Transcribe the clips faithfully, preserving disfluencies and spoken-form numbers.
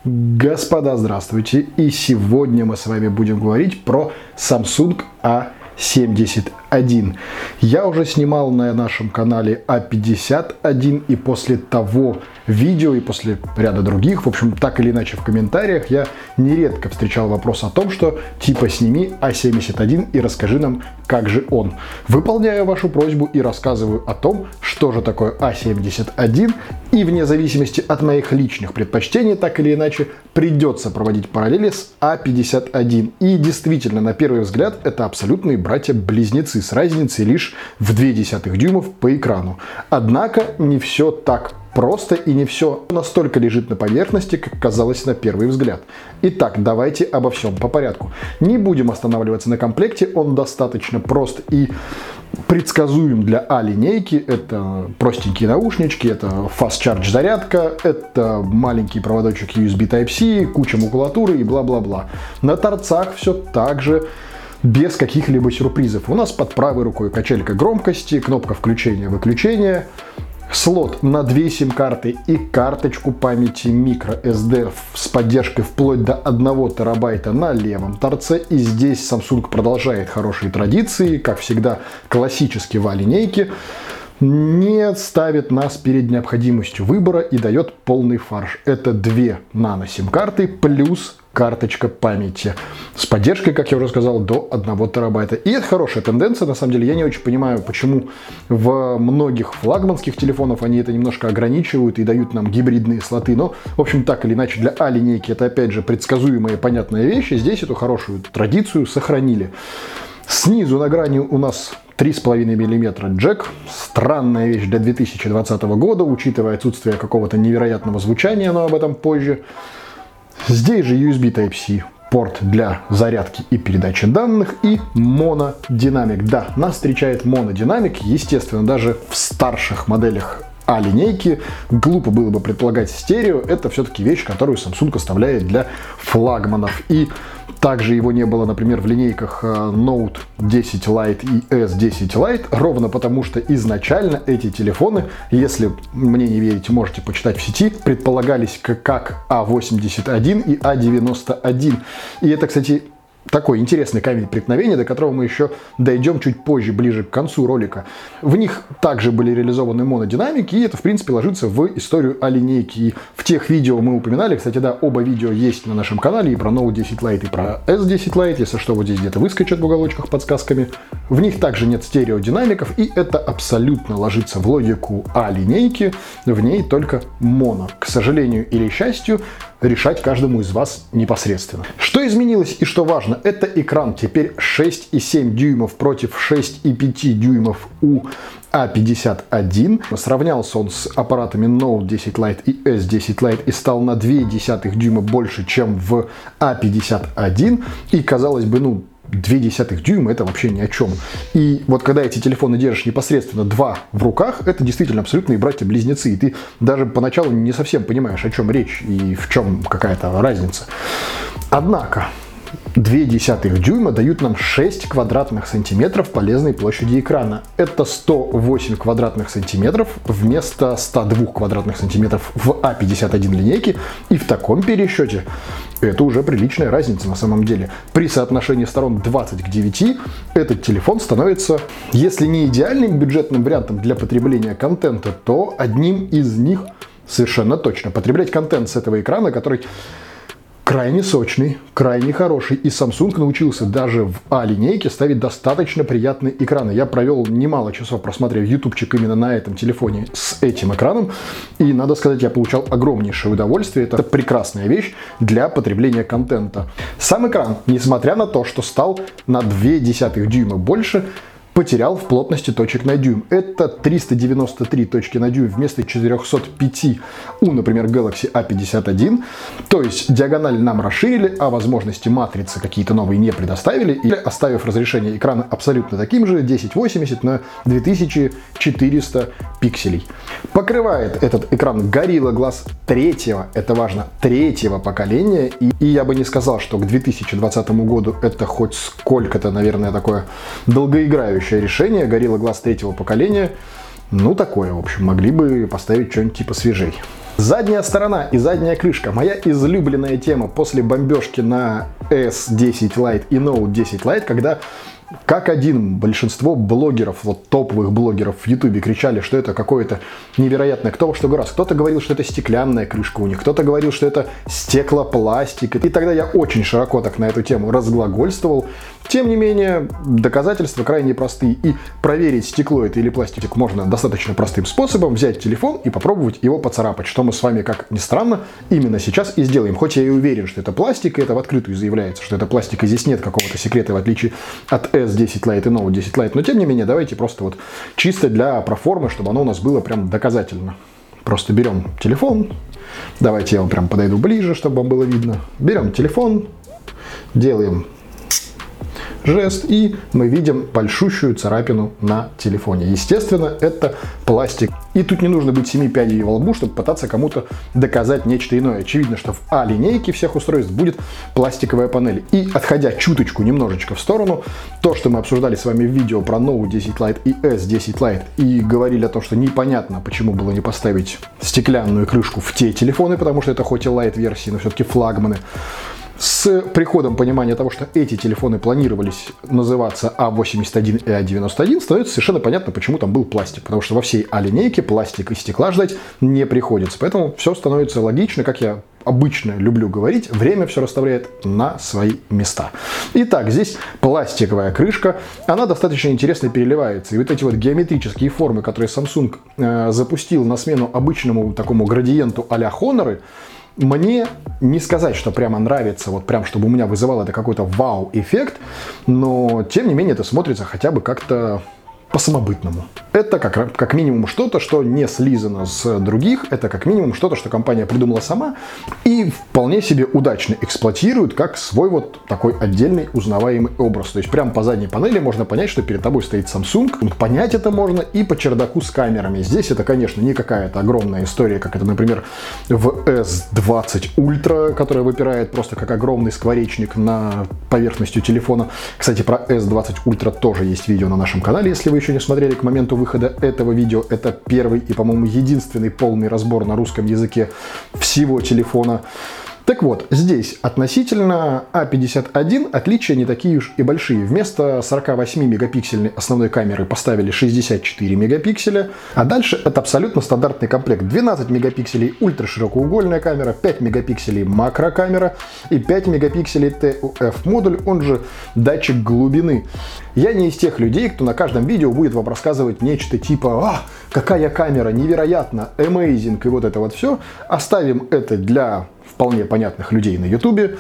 Господа, здравствуйте! И сегодня мы с вами будем говорить про Samsung а семьдесят один. Я уже снимал на нашем канале а пятьдесят один, и после того видео, и после ряда других, в общем, так или иначе в комментариях я нередко встречал вопрос о том, что типа сними а семьдесят один и расскажи нам, как же он. Выполняю вашу просьбу и рассказываю о том, что же такое а семьдесят один, и вне зависимости от моих личных предпочтений, так или иначе, придется проводить параллели с а пятьдесят один. И действительно, на первый взгляд, это абсолютные братья-близнецы с разницей лишь в ноль целых две десятых дюймов по экрану. Однако не все так просто и не все настолько лежит на поверхности, как казалось на первый взгляд. Итак, давайте обо всем по порядку. Не будем останавливаться на комплекте, он достаточно прост и предсказуем для А-линейки. Это простенькие наушнички, это Fast Charge зарядка, это маленький проводочек ю эс би Type-C, куча макулатуры и бла-бла-бла. На торцах все так же, без каких-либо сюрпризов. У нас под правой рукой качелька громкости, кнопка включения-выключения, слот на две сим-карты и карточку памяти microSD с поддержкой вплоть до одного терабайта на левом торце. И здесь Samsung продолжает хорошие традиции, как всегда классически в А-линейке, не ставит нас перед необходимостью выбора и дает полный фарш. Это две нано-сим-карты плюс карточка памяти с поддержкой, как я уже сказал, до одного терабайта. И это хорошая тенденция, на самом деле. Я не очень понимаю, почему в многих флагманских телефонах они это немножко ограничивают и дают нам гибридные слоты. Но, в общем, так или иначе, для А-линейки это, опять же, предсказуемая и понятная вещь. И здесь эту хорошую традицию сохранили. Снизу на грани у нас три с половиной миллиметра джек. Странная вещь для две тысячи двадцатого года, учитывая отсутствие какого-то невероятного звучания, но об этом позже. Здесь же ю эс би Type-C, порт для зарядки и передачи данных, и монодинамик. Да, нас встречает монодинамик, естественно, даже в старших моделях А-линейки глупо было бы предполагать стерео. Это все-таки вещь, которую Samsung оставляет для флагманов. И также его не было, например, в линейках Note десять Lite и эс десять Lite, ровно потому что изначально эти телефоны, если мне не верите, можете почитать в сети, предполагались как а восемьдесят один и а девяносто один. И это, кстати, такой интересный камень преткновения, до которого мы еще дойдем чуть позже, ближе к концу ролика. В них также были реализованы монодинамики, и это, в принципе, ложится в историю А-линейки. И в тех видео мы упоминали, кстати, да, оба видео есть на нашем канале, и про Note десять Lite, и про эс десять Lite, если что, вот здесь где-то выскочат в уголочках подсказками. В них также нет стереодинамиков, и это абсолютно ложится в логику А-линейки, в ней только моно. К сожалению или счастью, решать каждому из вас непосредственно. Что изменилось и что важно, это экран. Теперь шесть и семь дюймов против шесть и пять дюймов у а пятьдесят один. Сравнялся он с аппаратами Note десять Lite и эс десять Lite и стал на ноль целых две десятых дюйма больше, чем в а пятьдесят один. И, казалось бы, ну, ноль целых две десятых дюйма это вообще ни о чем. И вот когда эти телефоны держишь непосредственно два в руках, это действительно абсолютные братья-близнецы. И ты даже поначалу не совсем понимаешь, о чем речь и в чем какая-то разница. Однако ноль целых две десятых дюйма дают нам шесть квадратных сантиметров полезной площади экрана. Это сто восемь квадратных сантиметров вместо ста двух квадратных сантиметров в а пятьдесят один линейке. И в таком пересчете это уже приличная разница на самом деле. При соотношении сторон двадцать к девяти этот телефон становится, если не идеальным бюджетным вариантом для потребления контента, то одним из них совершенно точно. Потреблять контент с этого экрана, который крайне сочный, крайне хороший. И Samsung научился даже в А-линейке ставить достаточно приятные экраны. Я провел немало часов, просмотрев ютубчик именно на этом телефоне с этим экраном. И, надо сказать, я получал огромнейшее удовольствие. Это прекрасная вещь для потребления контента. Сам экран, несмотря на то, что стал на ноль целых две десятых дюйма больше, потерял в плотности точек на дюйм. Это триста девяносто три точки на дюйм вместо четырехсот пяти у, например, Galaxy а пятьдесят один. То есть диагональ нам расширили, а возможности матрицы какие-то новые не предоставили, или оставив разрешение экрана абсолютно таким же, тысяча восемьдесят на две тысячи четыреста пикселей. Покрывает этот экран Gorilla Glass третьего, это важно, третьего поколения. И, и я бы не сказал, что к две тысячи двадцатому году это хоть сколько-то, наверное, такое долгоиграющее решение. Gorilla Glass третьего поколения Ну, такое, в общем, могли бы поставить что-нибудь типа свежей. Задняя сторона и задняя крышка. Моя излюбленная тема после бомбежки на эс десять Lite и ноут десять Lite, когда как один большинство блогеров, вот топовых блогеров в Ютубе кричали, что это какое-то невероятное. Кто во что гораздо. Кто-то говорил, что это стеклянная крышка у них, кто-то говорил, что это стеклопластик. И тогда я очень широко так на эту тему разглагольствовал. Тем не менее, доказательства крайне простые. И проверить, стекло это или пластик, можно достаточно простым способом. Взять телефон и попробовать его поцарапать. Что мы с вами, как ни странно, именно сейчас и сделаем. Хоть я и уверен, что это пластик, и это в открытую заявляется, что это пластик, и здесь нет какого-то секрета, в отличие от эс десять Lite и ноут десять Lite. Но тем не менее, давайте просто вот чисто для проформы, чтобы оно у нас было прям доказательно. Просто берем телефон. Давайте я вам прям подойду ближе, чтобы вам было видно. Берем телефон, делаем жест, и мы видим большущую царапину на телефоне. Естественно, это пластик. И тут не нужно быть семи пядей во лбу, чтобы пытаться кому-то доказать нечто иное. Очевидно, что в А-линейке всех устройств будет пластиковая панель. И отходя чуточку, немножечко в сторону, то, что мы обсуждали с вами в видео про ноут десять Lite и эс десять Lite, и говорили о том, что непонятно, почему было не поставить стеклянную крышку в те телефоны, потому что это хоть и Lite-версии, но все-таки флагманы. С приходом понимания того, что эти телефоны планировались называться А восемьдесят один и А девяносто один, становится совершенно понятно, почему там был пластик. Потому что во всей А-линейке пластик и стекла ждать не приходится. Поэтому все становится логично, как я обычно люблю говорить, время все расставляет на свои места. Итак, здесь пластиковая крышка, она достаточно интересно переливается. И вот эти вот геометрические формы, которые Samsung э, запустил на смену обычному такому градиенту а-ля Honor, мне не сказать, что прямо нравится, вот прям, чтобы у меня вызывало это какой-то вау-эффект, но тем не менее это смотрится хотя бы как-то по-самобытному. Это как, как минимум что-то, что не слизано с других, это как минимум что-то, что компания придумала сама и вполне себе удачно эксплуатирует как свой вот такой отдельный узнаваемый образ. То есть прямо по задней панели можно понять, что перед тобой стоит Samsung. Понять это можно и по чердаку с камерами. Здесь это, конечно, не какая-то огромная история, как это, например, в эс двадцать Ultra, которая выпирает просто как огромный скворечник на поверхностью телефона. Кстати, про эс двадцать Ultra тоже есть видео на нашем канале, если вы еще не смотрели к моменту выхода этого видео. Это первый и, по-моему, единственный полный разбор на русском языке всего телефона. Так вот, здесь относительно А пятьдесят один отличия не такие уж и большие. Вместо сорока восьми мегапиксельной основной камеры поставили шестьдесят четыре мегапикселя. А дальше это абсолютно стандартный комплект. двенадцать мегапикселей ультраширокоугольная камера, пять мегапикселей макрокамера и пять мегапикселей ти о эф модуль, он же датчик глубины. Я не из тех людей, кто на каждом видео будет вам рассказывать нечто типа «А, какая камера, невероятно, amazing» и вот это вот все. Оставим это для вполне понятных людей на ютубе.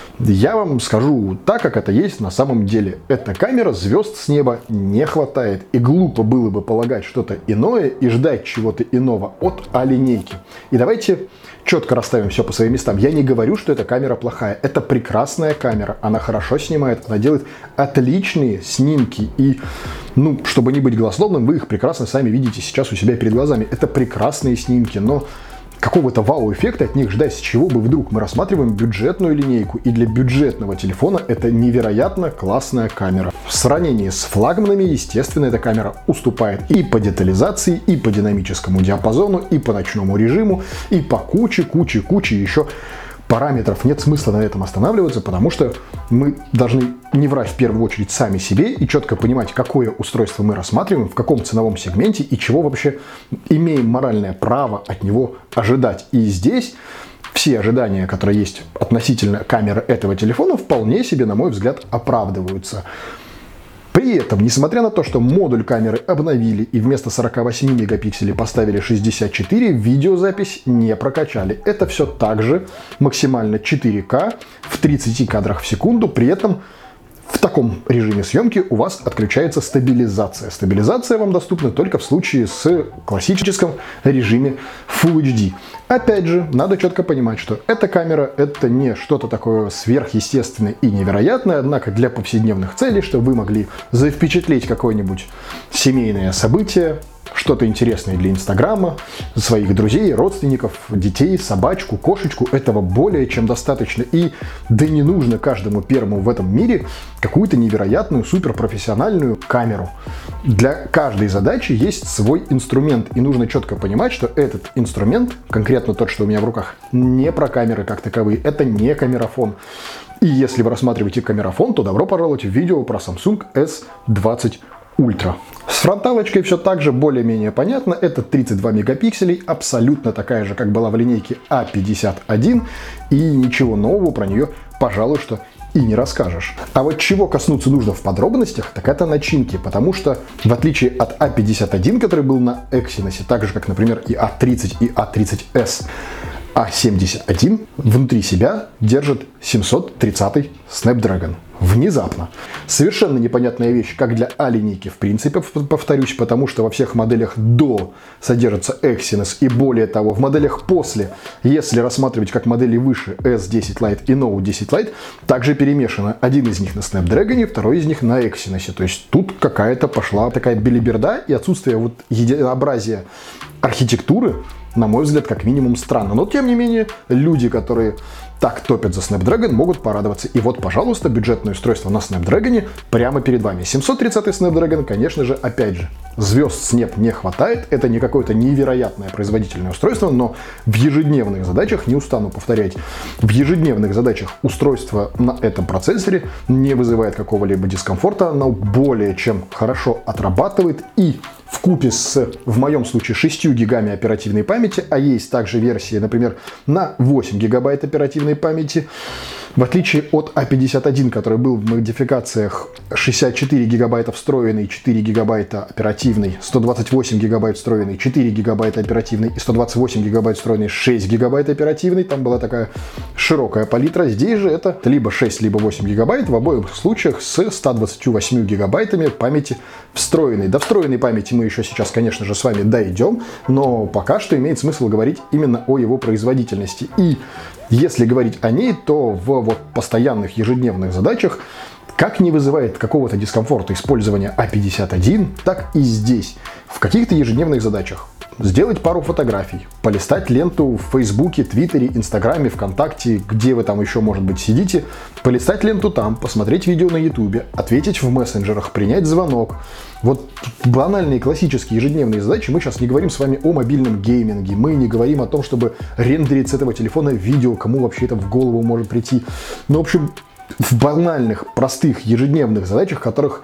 Я вам скажу так, как это есть на самом деле. Эта камера звезд с неба не хватает. И глупо было бы полагать что-то иное и ждать чего-то иного от А-линейки. И давайте четко расставим все по своим местам. Я не говорю, что эта камера плохая. Это прекрасная камера. Она хорошо снимает. Она делает отличные снимки. И, ну, чтобы не быть голословным, вы их прекрасно сами видите сейчас у себя перед глазами. Это прекрасные снимки, но какого-то вау-эффекта от них ждать, с чего бы вдруг. Мы рассматриваем бюджетную линейку, и для бюджетного телефона это невероятно классная камера. В сравнении с флагманами, естественно, эта камера уступает и по детализации, и по динамическому диапазону, и по ночному режиму, и по куче-куче-куче еще параметров. Нет смысла на этом останавливаться, потому что мы должны не врать в первую очередь сами себе и четко понимать, какое устройство мы рассматриваем, в каком ценовом сегменте и чего вообще имеем моральное право от него ожидать. И здесь все ожидания, которые есть относительно камеры этого телефона, вполне себе, на мой взгляд, оправдываются. При этом, несмотря на то, что модуль камеры обновили и вместо сорока восьми мегапикселей поставили шестьдесят четыре, видеозапись не прокачали. Это все также максимально четыре ка в тридцати кадрах в секунду, при этом в таком режиме съемки у вас отключается стабилизация. Стабилизация вам доступна только в случае с классическом режиме Full эйч ди. Опять же, надо четко понимать, что эта камера это не что-то такое сверхъестественное и невероятное, однако для повседневных целей, чтобы вы могли запечатлеть какое-нибудь семейное событие, что-то интересное для Инстаграма, своих друзей, родственников, детей, собачку, кошечку. Этого более чем достаточно. И да не нужно каждому первому в этом мире какую-то невероятную, суперпрофессиональную камеру. Для каждой задачи есть свой инструмент. И нужно четко понимать, что этот инструмент, конкретно тот, что у меня в руках, не про камеры как таковые. Это не камерафон. И если вы рассматриваете камерафон, то добро пожаловать в видео про Samsung эс двадцать Ультра. С фронталочкой все так же более-менее понятно. Это тридцать два мегапикселей, абсолютно такая же, как была в линейке а пятьдесят один. И ничего нового про нее, пожалуй, что и не расскажешь. А вот чего коснуться нужно в подробностях, так это начинки. Потому что, в отличие от а пятьдесят один, который был на Exynos, так же, как, например, и а тридцать, и а тридцать эс, а семьдесят один внутри себя держит семьсот тридцатый Snapdragon. Внезапно. Совершенно непонятная вещь, как для А-линейки, в принципе, повторюсь, потому что во всех моделях до содержится Exynos, и более того, в моделях после, если рассматривать как модели выше эс десять Lite и Note десять Lite, также перемешано. Один из них на Snapdragon, второй из них на Exynos. То есть тут какая-то пошла такая белиберда, и отсутствие вот единообразия архитектуры, на мой взгляд, как минимум странно. Но, тем не менее, люди, которые так топят за Snapdragon, могут порадоваться. И вот, пожалуйста, бюджетное устройство на Snapdragon прямо перед вами. семьсот тридцатый Snapdragon, конечно же, опять же, звезд с неб не хватает. Это не какое-то невероятное производительное устройство, но в ежедневных задачах, не устану повторять, в ежедневных задачах устройство на этом процессоре не вызывает какого-либо дискомфорта. Оно более чем хорошо отрабатывает, и вкупе с, в моем случае, шестью гигами оперативной памяти, а есть также версии, например, на восемь гигабайт оперативной памяти, в отличие от а пятьдесят один, который был в модификациях шестьдесят четыре гигабайта встроенный, четыре гигабайта оперативный, сто двадцать восемь гигабайт встроенный, четыре гигабайта оперативный и сто двадцать восемь гигабайт встроенный, шесть гигабайт оперативный. Там была такая широкая палитра. Здесь же это либо шесть, либо восемь гигабайт, в обоих случаях с ста двадцатью восьмью гигабайтами памяти встроенной. До встроенной памяти мы еще сейчас, конечно же, с вами дойдем, но пока что имеет смысл говорить именно о его производительности. И если говорить о ней, то в вот постоянных ежедневных задачах как не вызывает какого-то дискомфорта использования а пятьдесят один, так и здесь. В каких-то ежедневных задачах сделать пару фотографий, полистать ленту в Фейсбуке, Твиттере, Инстаграме, ВКонтакте, где вы там еще, может быть, сидите, полистать ленту там, посмотреть видео на Ютубе, ответить в мессенджерах, принять звонок. Вот банальные классические ежедневные задачи. Мы сейчас не говорим с вами о мобильном гейминге, мы не говорим о том, чтобы рендерить с этого телефона видео, кому вообще это в голову может прийти. Ну, в общем, в банальных, простых ежедневных задачах, которых,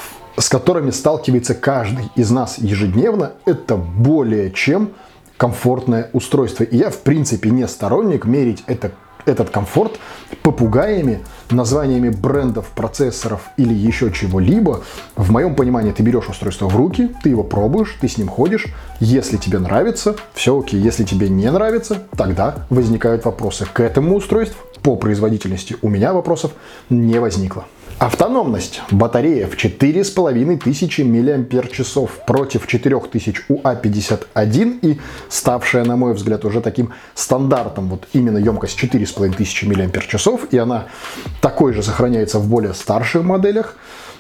с которыми сталкивается каждый из нас ежедневно, это более чем комфортное устройство. И я, в принципе, не сторонник мерить это этот комфорт попугаями, названиями брендов, процессоров или еще чего-либо. В моем понимании, ты берешь устройство в руки, ты его пробуешь, ты с ним ходишь. Если тебе нравится, все окей. Если тебе не нравится, тогда возникают вопросы к этому устройству. По производительности у меня вопросов не возникло. Автономность. Батарея в четыре с половиной тысячи миллиампер-часов против четырёх тысяч у а пятьдесят один, и ставшая, на мой взгляд, уже таким стандартом вот именно емкость четыре с половиной тысячи миллиампер-часов, и она такой же сохраняется в более старших моделях.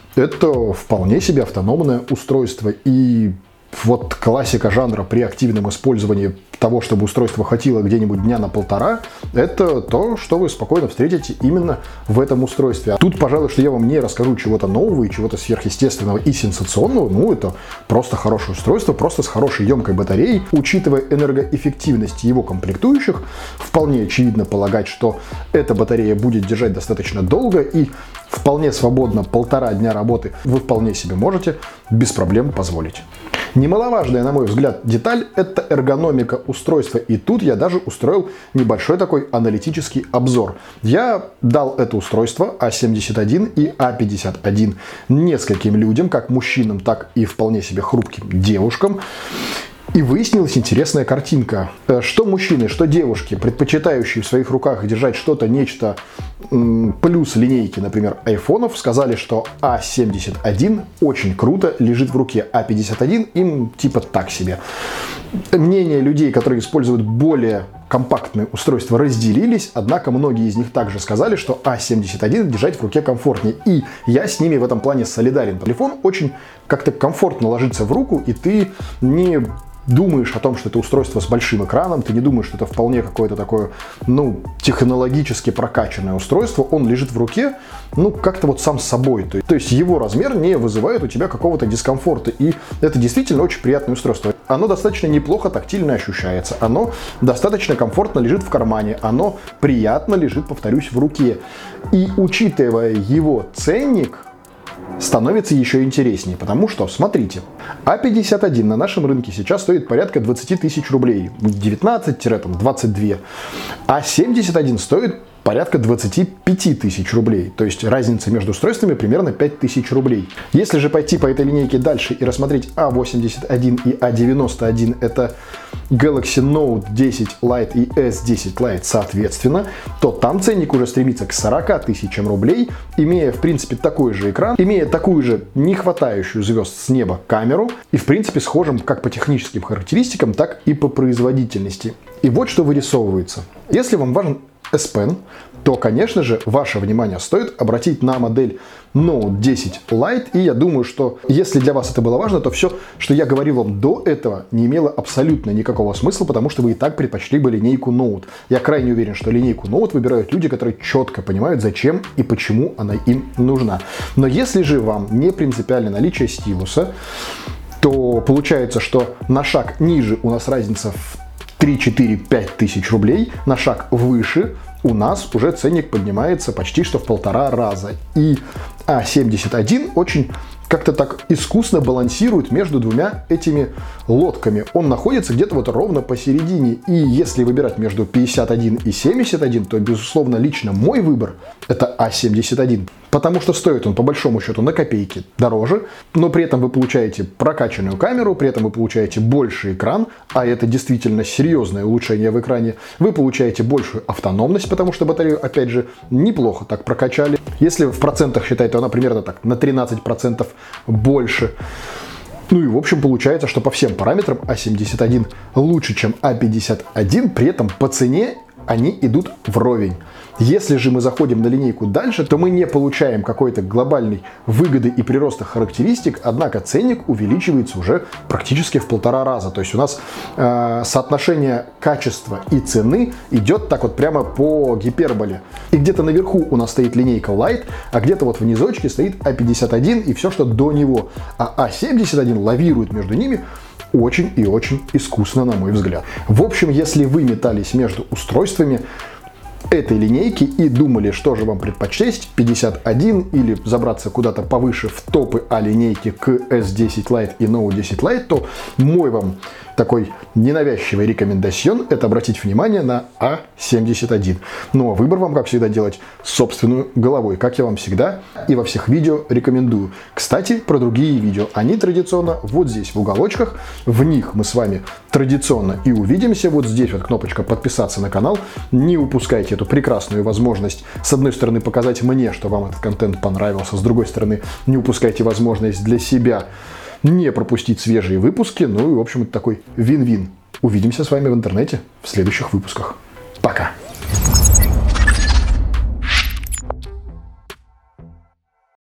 Это вполне себе автономное устройство, и вот классика жанра при активном использовании того, чтобы устройство хватило где-нибудь дня на полтора, это то, что вы спокойно встретите именно в этом устройстве. А тут, пожалуй, что я вам не расскажу чего-то нового и чего-то сверхъестественного и сенсационного. Ну, это просто хорошее устройство, просто с хорошей емкой батареей. Учитывая энергоэффективность его комплектующих, вполне очевидно полагать, что эта батарея будет держать достаточно долго, и вполне свободно полтора дня работы вы вполне себе можете без проблем позволить. Немаловажная, на мой взгляд, деталь – это эргономика устройства. И тут я даже устроил небольшой такой аналитический обзор. Я дал это устройство а семьдесят один и а пятьдесят один нескольким людям, как мужчинам, так и вполне себе хрупким девушкам. И выяснилась интересная картинка. Что мужчины, что девушки, предпочитающие в своих руках держать что-то, нечто плюс линейки, например, айфонов, сказали, что а семьдесят один очень круто лежит в руке, а пятьдесят один им типа так себе. Мнение людей, которые используют более компактные устройства разделились, однако многие из них также сказали, что а семьдесят один держать в руке комфортнее. И я с ними в этом плане солидарен. Телефон очень как-то комфортно ложится в руку, и ты не думаешь о том, что это устройство с большим экраном, ты не думаешь, что это вполне какое-то такое, ну, технологически прокачанное устройство, он лежит в руке, ну, как-то вот сам с собой. То есть, то есть его размер не вызывает у тебя какого-то дискомфорта, и это действительно очень приятное устройство. Оно достаточно неплохо тактильно ощущается, оно достаточно комфортно лежит в кармане, оно приятно лежит, повторюсь, в руке. И учитывая его ценник, становится еще интереснее, потому что, смотрите, а пятьдесят один на нашем рынке сейчас стоит порядка двадцать тысяч рублей, девятнадцать-двадцать два, а семьдесят один стоит порядка двадцать пять тысяч рублей. То есть разница между устройствами примерно пять тысяч рублей. Если же пойти по этой линейке дальше и рассмотреть а восемьдесят один и а девяносто один, это Galaxy Note десять Lite и эс десять Lite соответственно, то там ценник уже стремится к сорока тысячам рублей, имея в принципе такой же экран, имея такую же не хватающую звезд с неба камеру и в принципе схожим как по техническим характеристикам, так и по производительности. И вот что вырисовывается. Если вам важен S Pen, то, конечно же, ваше внимание стоит обратить на модель Note десять Lite. И я думаю, что если для вас это было важно, то все, что я говорил вам до этого, не имело абсолютно никакого смысла, потому что вы и так предпочли бы линейку Note. Я крайне уверен, что линейку Note выбирают люди, которые четко понимают, зачем и почему она им нужна. Но если же вам не принципиально наличие стилуса, то получается, что на шаг ниже у нас разница в три-четыре-пять тысяч рублей, на шаг выше у нас уже ценник поднимается почти что в полтора раза. И а семьдесят один очень как-то так искусно балансирует между двумя этими лодками. Он находится где-то вот ровно посередине. И если выбирать между пятьдесят один и семьдесят один, то, безусловно, лично мой выбор — это а семьдесят один. Потому что стоит он, по большому счету, на копейки дороже, но при этом вы получаете прокачанную камеру, при этом вы получаете больше экран, а это действительно серьезное улучшение в экране. Вы получаете большую автономность, потому что батарею, опять же, неплохо так прокачали. Если в процентах считать, то она примерно так на тринадцать процентов больше. Ну и в общем получается, что по всем параметрам а семьдесят один лучше, чем а пятьдесят один, при этом по цене они идут вровень. Если же мы заходим на линейку дальше, то мы не получаем какой-то глобальной выгоды и прироста характеристик, однако ценник увеличивается уже практически в полтора раза. То есть у нас э, соотношение качества и цены идет так вот прямо по гиперболе. И где-то наверху у нас стоит линейка Lite, а где-то вот в низочке стоит а пятьдесят один и все, что до него. А а семьдесят один лавирует между ними очень и очень искусно, на мой взгляд. В общем, если вы метались между устройствами этой линейки и думали, что же вам предпочесть, пятьдесят один или забраться куда-то повыше в топы А линейки к эс десять Lite и Note десять Lite, то мой вам такой ненавязчивый рекомендацион — это обратить внимание на а семьдесят один. Ну а выбор вам, как всегда, делать собственную головой, как я вам всегда и во всех видео рекомендую. Кстати, про другие видео. Они традиционно вот здесь в уголочках. В них мы с вами традиционно и увидимся. Вот здесь вот кнопочка «Подписаться на канал». Не упускайте эту прекрасную возможность, с одной стороны, показать мне, что вам этот контент понравился, с другой стороны, не упускайте возможность для себя не пропустить свежие выпуски. Ну и, в общем, это такой вин-вин. Увидимся с вами в интернете в следующих выпусках. Пока!